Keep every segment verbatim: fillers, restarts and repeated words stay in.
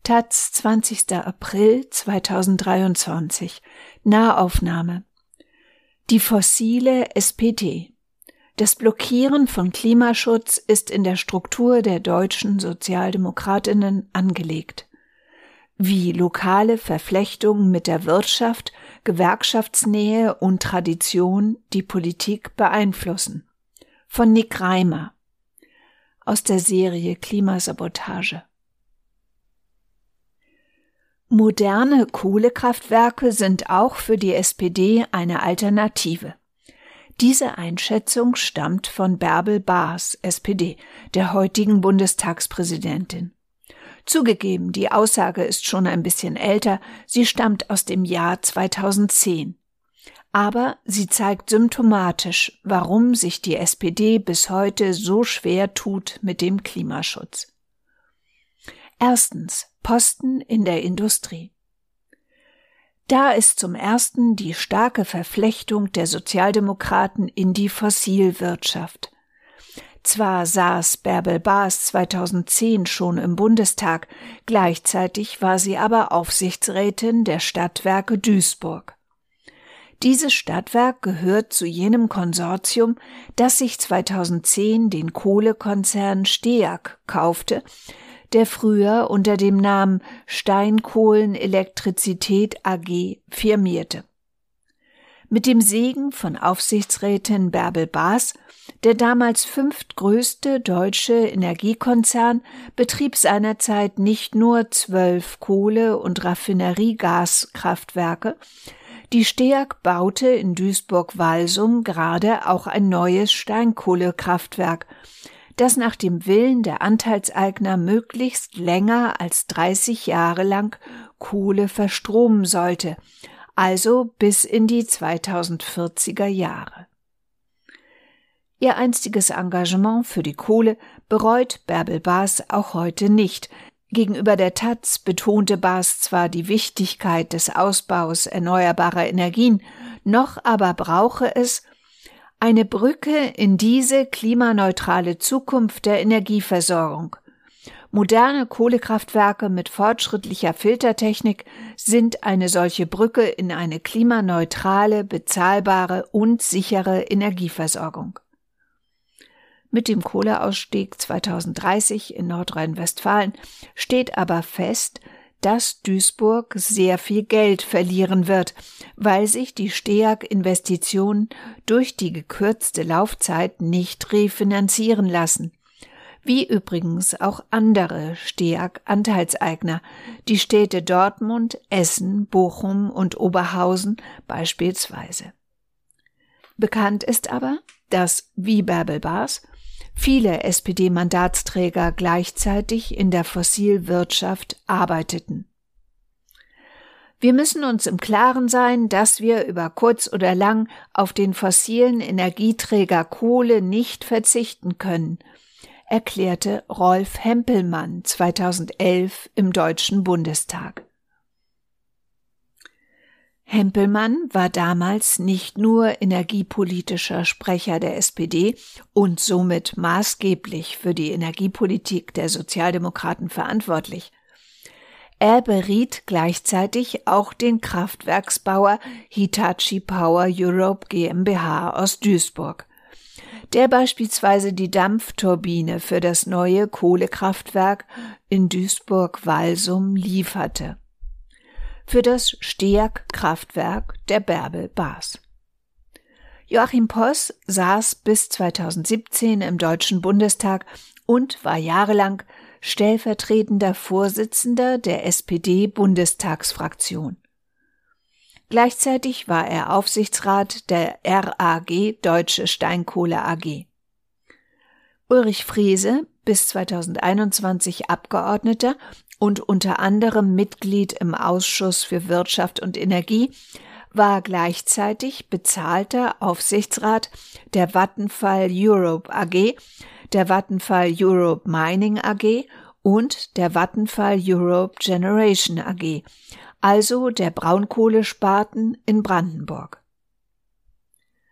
taz, zwanzigster April zweitausenddreiundzwanzig. Nahaufnahme. Die fossile S P D. Das Blockieren von Klimaschutz ist in der Struktur der deutschen Sozialdemokratinnen angelegt. Wie lokale Verflechtungen mit der Wirtschaft, Gewerkschaftsnähe und Tradition die Politik beeinflussen. Von Nick Reimer aus der Serie Klimasabotage. Moderne Kohlekraftwerke sind auch für die S P D eine Alternative. Diese Einschätzung stammt von Bärbel Baas, S P D, der heutigen Bundestagspräsidentin. Zugegeben, die Aussage ist schon ein bisschen älter, sie stammt aus dem Jahr zweitausendzehn. Aber sie zeigt symptomatisch, warum sich die S P D bis heute so schwer tut mit dem Klimaschutz. Erstens, Posten in der Industrie. Da ist zum ersten die starke Verflechtung der Sozialdemokraten in die Fossilwirtschaft. Zwar saß Bärbel Baas zweitausendzehn schon im Bundestag, gleichzeitig war sie aber Aufsichtsrätin der Stadtwerke Duisburg. Dieses Stadtwerk gehört zu jenem Konsortium, das sich zweitausendzehn den Kohlekonzern STEAG kaufte, der früher unter dem Namen Steinkohlenelektrizität A G firmierte. Mit dem Segen von Aufsichtsrätin Bärbel Baas, der damals fünftgrößte deutsche Energiekonzern, betrieb seinerzeit nicht nur zwölf Kohle- und Raffineriegaskraftwerke. Die STEAG baute in Duisburg-Walsum gerade auch ein neues Steinkohlekraftwerk, das nach dem Willen der Anteilseigner möglichst länger als dreißig Jahre lang Kohle verstromen sollte, also bis in die zweitausendvierziger Jahre. Ihr einstiges Engagement für die Kohle bereut Bärbel Baas auch heute nicht. Gegenüber der taz betonte Baas zwar die Wichtigkeit des Ausbaus erneuerbarer Energien, noch aber brauche es eine Brücke in diese klimaneutrale Zukunft der Energieversorgung. Moderne Kohlekraftwerke mit fortschrittlicher Filtertechnik sind eine solche Brücke in eine klimaneutrale, bezahlbare und sichere Energieversorgung. Mit dem Kohleausstieg zweitausenddreißig in Nordrhein-Westfalen steht aber fest, dass Duisburg sehr viel Geld verlieren wird, weil sich die STEAG-Investitionen durch die gekürzte Laufzeit nicht refinanzieren lassen. Wie übrigens auch andere STEAG-Anteilseigner, die Städte Dortmund, Essen, Bochum und Oberhausen beispielsweise. Bekannt ist aber, dass, wie Bärbel Baas, viele S P D-Mandatsträger gleichzeitig in der Fossilwirtschaft arbeiteten. Wir müssen uns im Klaren sein, dass wir über kurz oder lang auf den fossilen Energieträger Kohle nicht verzichten können, erklärte Rolf Hempelmann zweitausendelf im Deutschen Bundestag. Hempelmann war damals nicht nur energiepolitischer Sprecher der S P D und somit maßgeblich für die Energiepolitik der Sozialdemokraten verantwortlich. Er beriet gleichzeitig auch den Kraftwerksbauer Hitachi Power Europe GmbH aus Duisburg, der beispielsweise die Dampfturbine für das neue Kohlekraftwerk in Duisburg-Walsum lieferte. Für das STEAG-Kraftwerk der Bärbel Baas. Joachim Poss saß bis zweitausendsiebzehn im Deutschen Bundestag und war jahrelang stellvertretender Vorsitzender der S P D-Bundestagsfraktion. Gleichzeitig war er Aufsichtsrat der R A G Deutsche Steinkohle A G. Ulrich Frese, bis zweitausendeinundzwanzig Abgeordneter und unter anderem Mitglied im Ausschuss für Wirtschaft und Energie, war gleichzeitig bezahlter Aufsichtsrat der Vattenfall Europe A G, der Vattenfall Europe Mining A G und der Vattenfall Europe Generation A G, also der Braunkohlesparten in Brandenburg.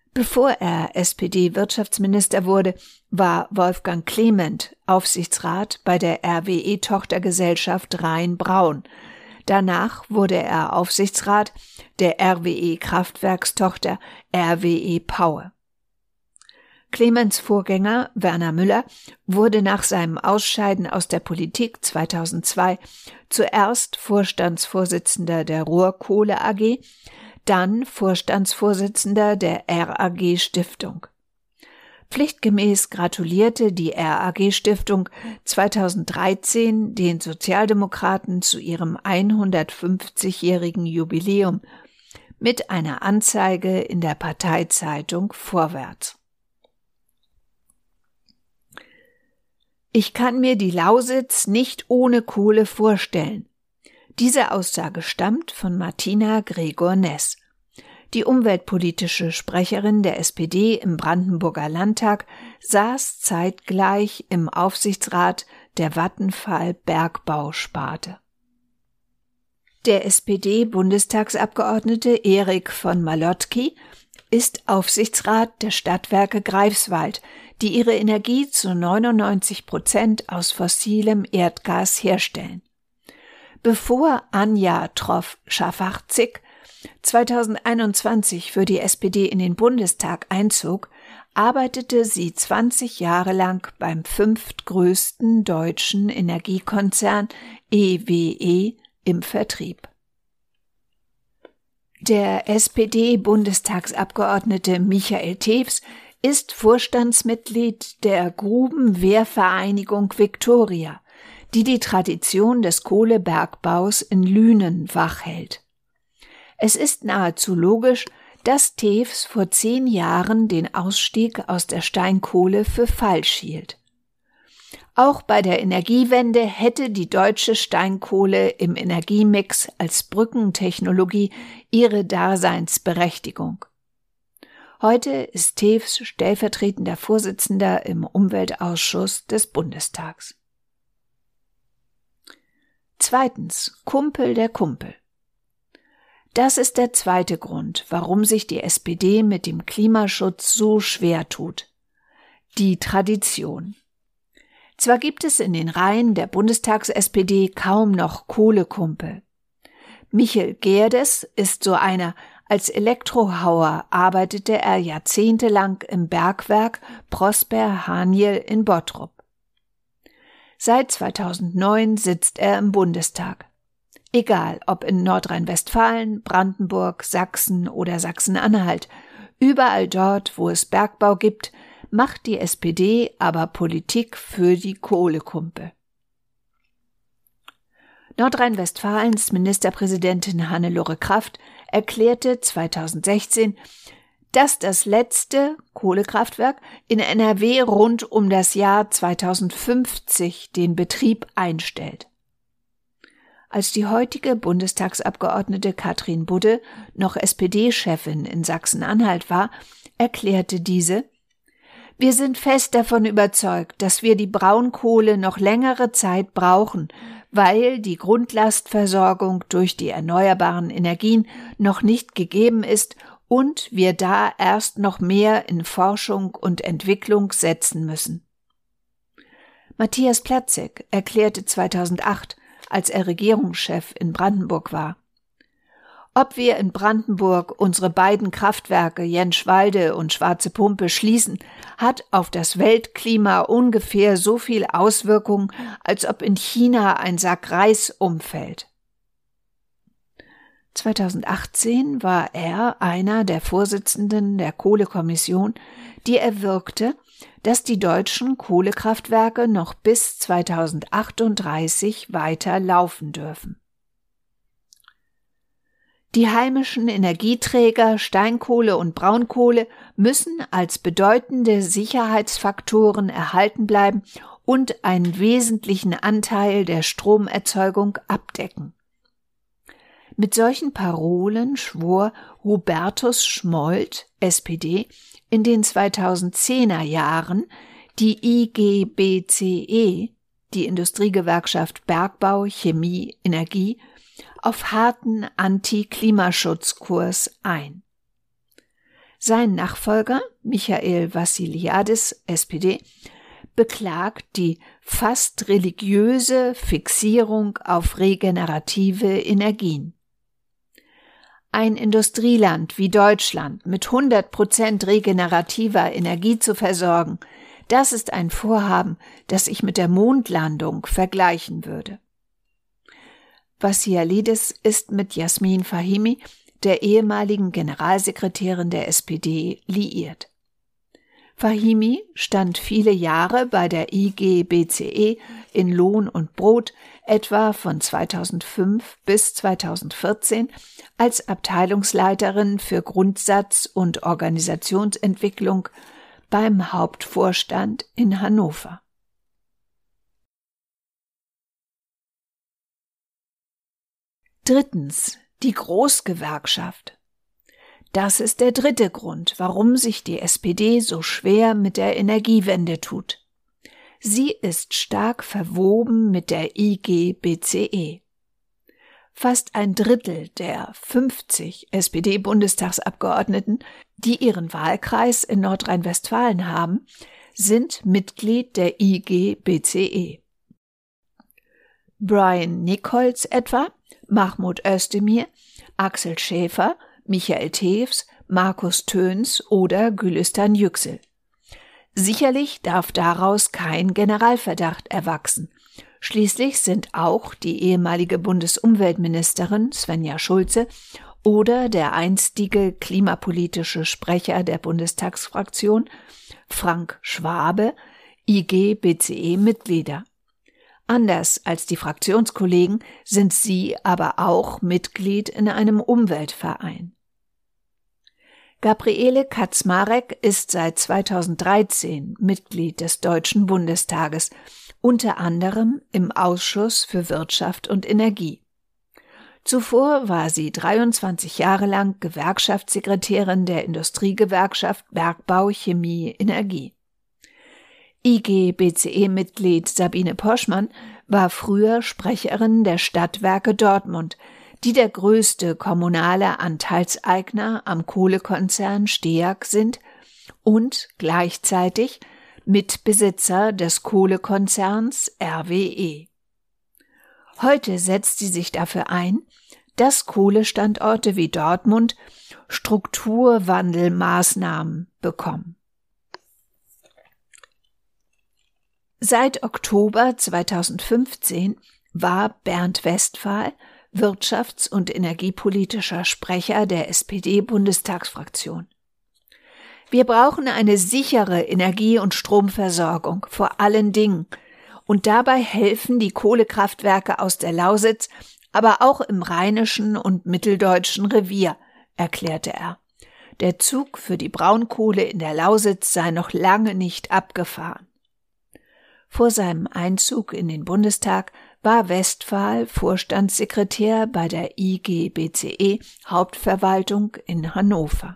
Bevor er S P D-Wirtschaftsminister wurde, war Wolfgang Clement Aufsichtsrat bei der R W E-Tochtergesellschaft Rhein-Braun. Danach wurde er Aufsichtsrat der R W E-Kraftwerkstochter R W E Power. Clements Vorgänger Werner Müller wurde nach seinem Ausscheiden aus der Politik zweitausendzwei zuerst Vorstandsvorsitzender der Ruhrkohle A G, dann Vorstandsvorsitzender der R A G Stiftung. Pflichtgemäß gratulierte die R A G Stiftung zweitausenddreizehn den Sozialdemokraten zu ihrem hundertfünfzigjährigen Jubiläum mit einer Anzeige in der Parteizeitung Vorwärts. Ich kann mir die Lausitz nicht ohne Kohle vorstellen. Diese Aussage stammt von Martina Gregor-Ness. Die umweltpolitische Sprecherin der S P D im Brandenburger Landtag saß zeitgleich im Aufsichtsrat der Vattenfall Bergbausparte. Der S P D-Bundestagsabgeordnete Erik von Malotki ist Aufsichtsrat der Stadtwerke Greifswald, die ihre Energie zu neunundneunzig Prozent aus fossilem Erdgas herstellen. Bevor Anja Troff-Schaffachtzig zweitausendeinundzwanzig für die S P D in den Bundestag einzog, arbeitete sie zwanzig Jahre lang beim fünftgrößten deutschen Energiekonzern E W E im Vertrieb. Der S P D-Bundestagsabgeordnete Michael Tews ist Vorstandsmitglied der Grubenwehrvereinigung Viktoria, die die Tradition des Kohlebergbaus in Lünen wachhält. Es ist nahezu logisch, dass Tews vor zehn Jahren den Ausstieg aus der Steinkohle für falsch hielt. Auch bei der Energiewende hätte die deutsche Steinkohle im Energiemix als Brückentechnologie ihre Daseinsberechtigung. Heute ist Tews stellvertretender Vorsitzender im Umweltausschuss des Bundestags. Zweitens, Kumpel der Kumpel. Das ist der zweite Grund, warum sich die S P D mit dem Klimaschutz so schwer tut. Die Tradition. Zwar gibt es in den Reihen der Bundestags-S P D kaum noch Kohlekumpel. Michel Gerdes ist so einer. Als Elektrohauer arbeitete er jahrzehntelang im Bergwerk Prosper Haniel in Bottrop. Seit zweitausendneun sitzt er im Bundestag. Egal, ob in Nordrhein-Westfalen, Brandenburg, Sachsen oder Sachsen-Anhalt, überall dort, wo es Bergbau gibt, macht die S P D aber Politik für die Kohlekumpel. Nordrhein-Westfalens Ministerpräsidentin Hannelore Kraft erklärte zweitausendsechzehn, dass das letzte Kohlekraftwerk in N R W rund um das Jahr zweitausendfünfzig den Betrieb einstellt. Als die heutige Bundestagsabgeordnete Katrin Budde noch S P D-Chefin in Sachsen-Anhalt war, erklärte diese: Wir sind fest davon überzeugt, dass wir die Braunkohle noch längere Zeit brauchen, weil die Grundlastversorgung durch die erneuerbaren Energien noch nicht gegeben ist und wir da erst noch mehr in Forschung und Entwicklung setzen müssen. Matthias Platzek erklärte zweitausendacht, als er Regierungschef in Brandenburg war: Ob wir in Brandenburg unsere beiden Kraftwerke Jenschwalde und Schwarze Pumpe schließen, hat auf das Weltklima ungefähr so viel Auswirkung, als ob in China ein Sack Reis umfällt. zweitausendachtzehn war er einer der Vorsitzenden der Kohlekommission, die erwirkte, dass die deutschen Kohlekraftwerke noch bis zweitausendachtunddreißig weiter laufen dürfen. Die heimischen Energieträger Steinkohle und Braunkohle müssen als bedeutende Sicherheitsfaktoren erhalten bleiben und einen wesentlichen Anteil der Stromerzeugung abdecken. Mit solchen Parolen schwor Hubertus Schmold, S P D, in den zweitausendzehner Jahren die I G B C E, die Industriegewerkschaft Bergbau, Chemie, Energie, auf harten Anti-Klimaschutzkurs ein. Sein Nachfolger, Michael Vassiliadis, S P D, beklagt die fast religiöse Fixierung auf regenerative Energien. Ein Industrieland wie Deutschland mit hundert Prozent regenerativer Energie zu versorgen, das ist ein Vorhaben, das ich mit der Mondlandung vergleichen würde. Vassiliadis ist mit Yasmin Fahimi, der ehemaligen Generalsekretärin der S P D, liiert. Fahimi stand viele Jahre bei der I G B C E in Lohn und Brot, etwa von zweitausendfünf bis zweitausendvierzehn, als Abteilungsleiterin für Grundsatz- und Organisationsentwicklung beim Hauptvorstand in Hannover. Drittens, die Großgewerkschaft. Das ist der dritte Grund, warum sich die S P D so schwer mit der Energiewende tut. Sie ist stark verwoben mit der I G B C E. Fast ein Drittel der fünfzig S P D-Bundestagsabgeordneten, die ihren Wahlkreis in Nordrhein-Westfalen haben, sind Mitglied der I G B C E. Brian Nichols etwa, Mahmoud Özdemir, Axel Schäfer, Michael Tews, Markus Töns oder Gülistan Yüksel. Sicherlich darf daraus kein Generalverdacht erwachsen. Schließlich sind auch die ehemalige Bundesumweltministerin Svenja Schulze oder der einstige klimapolitische Sprecher der Bundestagsfraktion Frank Schwabe I G B C E-Mitglieder. Anders als die Fraktionskollegen sind sie aber auch Mitglied in einem Umweltverein. Gabriele Kaczmarek ist seit zweitausenddreizehn Mitglied des Deutschen Bundestages, unter anderem im Ausschuss für Wirtschaft und Energie. Zuvor war sie dreiundzwanzig Jahre lang Gewerkschaftssekretärin der Industriegewerkschaft Bergbau, Chemie, Energie. I G B C E-Mitglied Sabine Poschmann war früher Sprecherin der Stadtwerke Dortmund, die der größte kommunale Anteilseigner am Kohlekonzern STEAG sind und gleichzeitig Mitbesitzer des Kohlekonzerns R W E. Heute setzt sie sich dafür ein, dass Kohlestandorte wie Dortmund Strukturwandelmaßnahmen bekommen. Seit Oktober zweitausendfünfzehn war Bernd Westphal wirtschafts- und energiepolitischer Sprecher der S P D-Bundestagsfraktion. Wir brauchen eine sichere Energie- und Stromversorgung vor allen Dingen und dabei helfen die Kohlekraftwerke aus der Lausitz, aber auch im rheinischen und mitteldeutschen Revier, erklärte er. Der Zug für die Braunkohle in der Lausitz sei noch lange nicht abgefahren. Vor seinem Einzug in den Bundestag war Westphal Vorstandssekretär bei der I G B C E Hauptverwaltung in Hannover.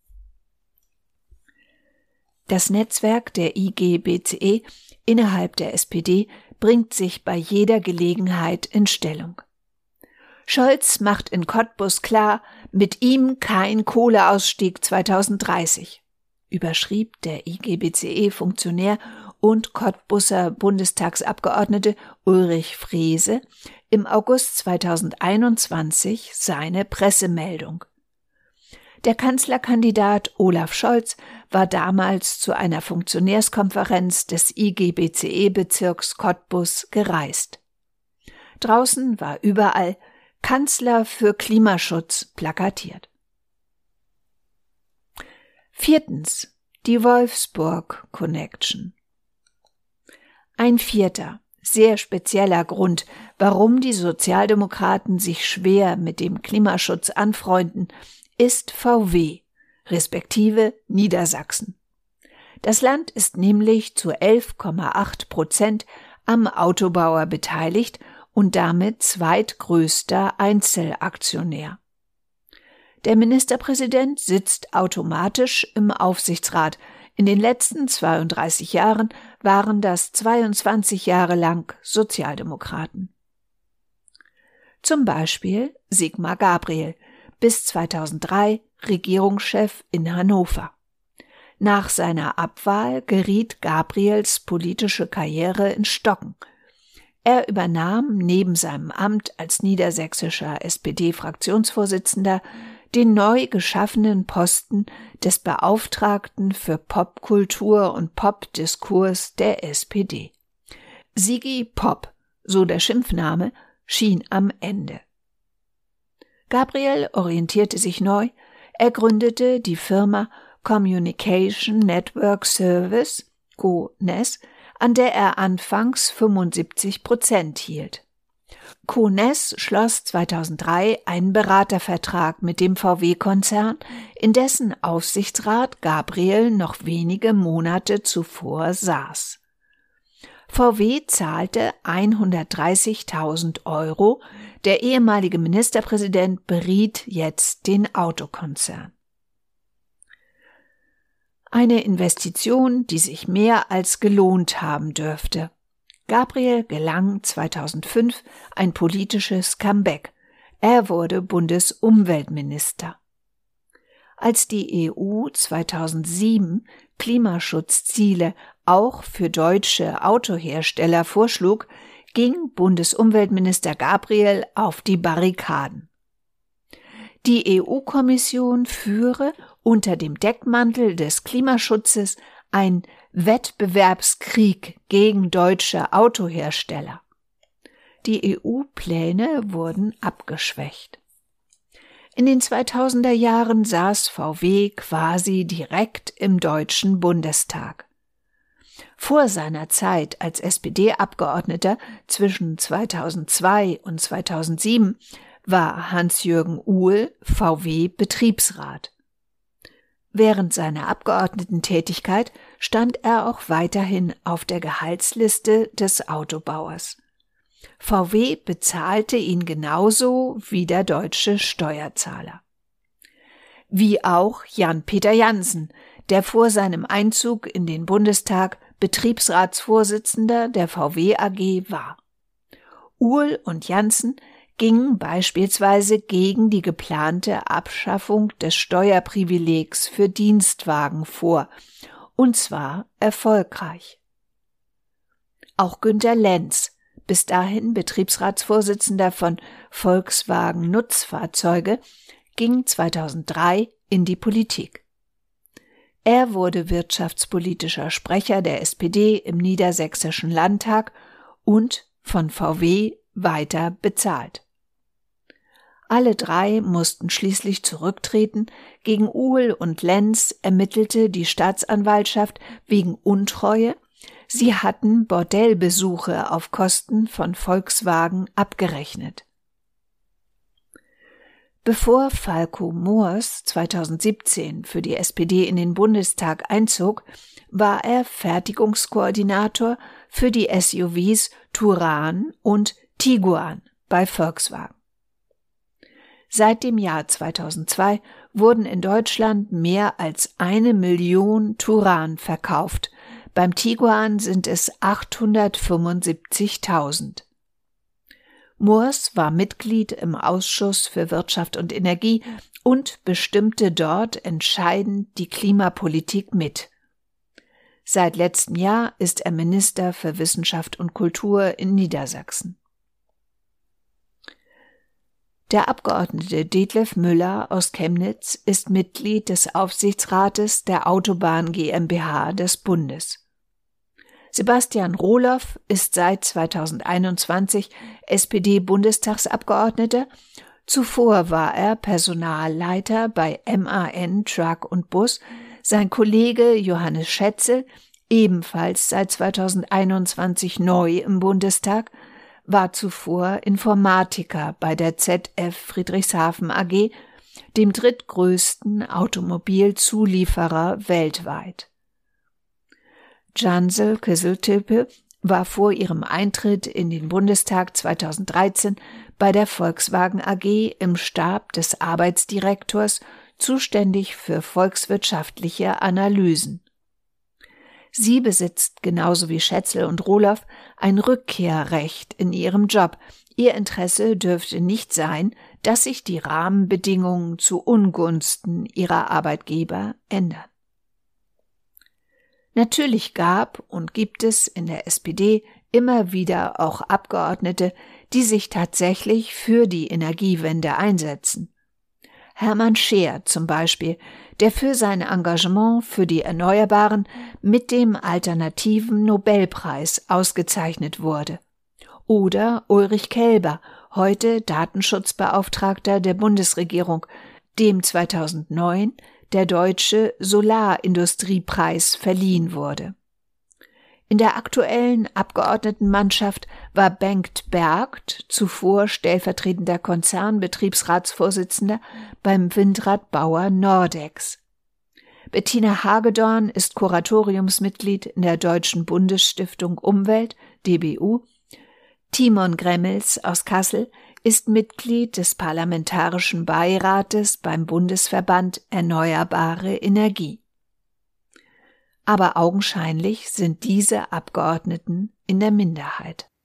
Das Netzwerk der I G B C E innerhalb der S P D bringt sich bei jeder Gelegenheit in Stellung. Scholz macht in Cottbus klar, mit ihm kein Kohleausstieg zweitausenddreißig, überschrieb der I G B C E-Funktionär und Cottbuser Bundestagsabgeordnete Ulrich Frese im August zweitausendeinundzwanzig seine Pressemeldung. Der Kanzlerkandidat Olaf Scholz war damals zu einer Funktionärskonferenz des I G B C E-Bezirks Cottbus gereist. Draußen war überall Kanzler für Klimaschutz plakatiert. Viertens. Die Wolfsburg Connection. Ein vierter, sehr spezieller Grund, warum die Sozialdemokraten sich schwer mit dem Klimaschutz anfreunden, ist V W, respektive Niedersachsen. Das Land ist nämlich zu elf Komma acht Prozent am Autobauer beteiligt und damit zweitgrößter Einzelaktionär. Der Ministerpräsident sitzt automatisch im Aufsichtsrat. In den letzten zweiunddreißig Jahren waren das zweiundzwanzig Jahre lang Sozialdemokraten. Zum Beispiel Sigmar Gabriel, bis zweitausenddrei Regierungschef in Hannover. Nach seiner Abwahl geriet Gabriels politische Karriere ins Stocken. Er übernahm neben seinem Amt als niedersächsischer S P D-Fraktionsvorsitzender den neu geschaffenen Posten des Beauftragten für Popkultur und Popdiskurs der S P D. Sigi Pop, so der Schimpfname, schien am Ende. Gabriel orientierte sich neu, er gründete die Firma Communication Network Service, Co N E S, an der er anfangs fünfundsiebzig Prozent hielt. Co N E S schloss zweitausenddrei einen Beratervertrag mit dem V W-Konzern, in dessen Aufsichtsrat Gabriel noch wenige Monate zuvor saß. V W zahlte hundertdreißigtausend Euro, der ehemalige Ministerpräsident beriet jetzt den Autokonzern. Eine Investition, die sich mehr als gelohnt haben dürfte. Gabriel gelang zweitausendfünf ein politisches Comeback. Er wurde Bundesumweltminister. Als die E U zweitausendsieben Klimaschutzziele auch für deutsche Autohersteller vorschlug, ging Bundesumweltminister Gabriel auf die Barrikaden. Die E U-Kommission führe unter dem Deckmantel des Klimaschutzes ein Wettbewerbskrieg gegen deutsche Autohersteller. Die E U-Pläne wurden abgeschwächt. In den zweitausender Jahren saß V W quasi direkt im Deutschen Bundestag. Vor seiner Zeit als S P D-Abgeordneter zwischen zweitausendzwei und zweitausendsieben war Hans-Jürgen Uhl V W-Betriebsrat. Während seiner Abgeordnetentätigkeit stand er auch weiterhin auf der Gehaltsliste des Autobauers. V W bezahlte ihn genauso wie der deutsche Steuerzahler. Wie auch Jan-Peter Janssen, der vor seinem Einzug in den Bundestag Betriebsratsvorsitzender der V W A G war. Uhl und Janssen gingen beispielsweise gegen die geplante Abschaffung des Steuerprivilegs für Dienstwagen vor, und zwar erfolgreich. Auch Günter Lenz, bis dahin Betriebsratsvorsitzender von Volkswagen Nutzfahrzeuge, ging zweitausenddrei in die Politik. Er wurde wirtschaftspolitischer Sprecher der S P D im Niedersächsischen Landtag und von V W weiter bezahlt. Alle drei mussten schließlich zurücktreten. Gegen Uhl und Lenz ermittelte die Staatsanwaltschaft wegen Untreue. Sie hatten Bordellbesuche auf Kosten von Volkswagen abgerechnet. Bevor Falco Moors zweitausendsiebzehn für die S P D in den Bundestag einzog, war er Fertigungskoordinator für die S U Vs Touran und Tiguan bei Volkswagen. Seit dem Jahr zweitausendzwei wurden in Deutschland mehr als eine Million Touran verkauft. Beim Tiguan sind es achthundertfünfundsiebzigtausend. Moors war Mitglied im Ausschuss für Wirtschaft und Energie und bestimmte dort entscheidend die Klimapolitik mit. Seit letztem Jahr ist er Minister für Wissenschaft und Kultur in Niedersachsen. Der Abgeordnete Detlef Müller aus Chemnitz ist Mitglied des Aufsichtsrates der Autobahn GmbH des Bundes. Sebastian Rohloff ist seit zweitausendeinundzwanzig S P D-Bundestagsabgeordneter. Zuvor war er Personalleiter bei M A N Truck und Bus. Sein Kollege Johannes Schätzel, ebenfalls seit zweitausendeinundzwanzig neu im Bundestag, war zuvor Informatiker bei der Z F Friedrichshafen A G, dem drittgrößten Automobilzulieferer weltweit. Cancel Kızıltepe war vor ihrem Eintritt in den Bundestag zweitausenddreizehn bei der Volkswagen A G im Stab des Arbeitsdirektors zuständig für volkswirtschaftliche Analysen. Sie besitzt genauso wie Schätzel und Rohloff ein Rückkehrrecht in ihrem Job. Ihr Interesse dürfte nicht sein, dass sich die Rahmenbedingungen zu Ungunsten ihrer Arbeitgeber ändern. Natürlich gab und gibt es in der S P D immer wieder auch Abgeordnete, die sich tatsächlich für die Energiewende einsetzen. Hermann Scheer zum Beispiel, der für sein Engagement für die Erneuerbaren mit dem Alternativen Nobelpreis ausgezeichnet wurde. Oder Ulrich Kelber, heute Datenschutzbeauftragter der Bundesregierung, dem zweitausendneun der Deutsche Solarindustriepreis verliehen wurde. In der aktuellen Abgeordnetenmannschaft war Bengt Bergt, zuvor stellvertretender Konzernbetriebsratsvorsitzender beim Windradbauer Nordex. Bettina Hagedorn ist Kuratoriumsmitglied in der Deutschen Bundesstiftung Umwelt, D B U. Timon Gremmels aus Kassel ist Mitglied des Parlamentarischen Beirates beim Bundesverband Erneuerbare Energie. Aber augenscheinlich sind diese Abgeordneten in der Minderheit.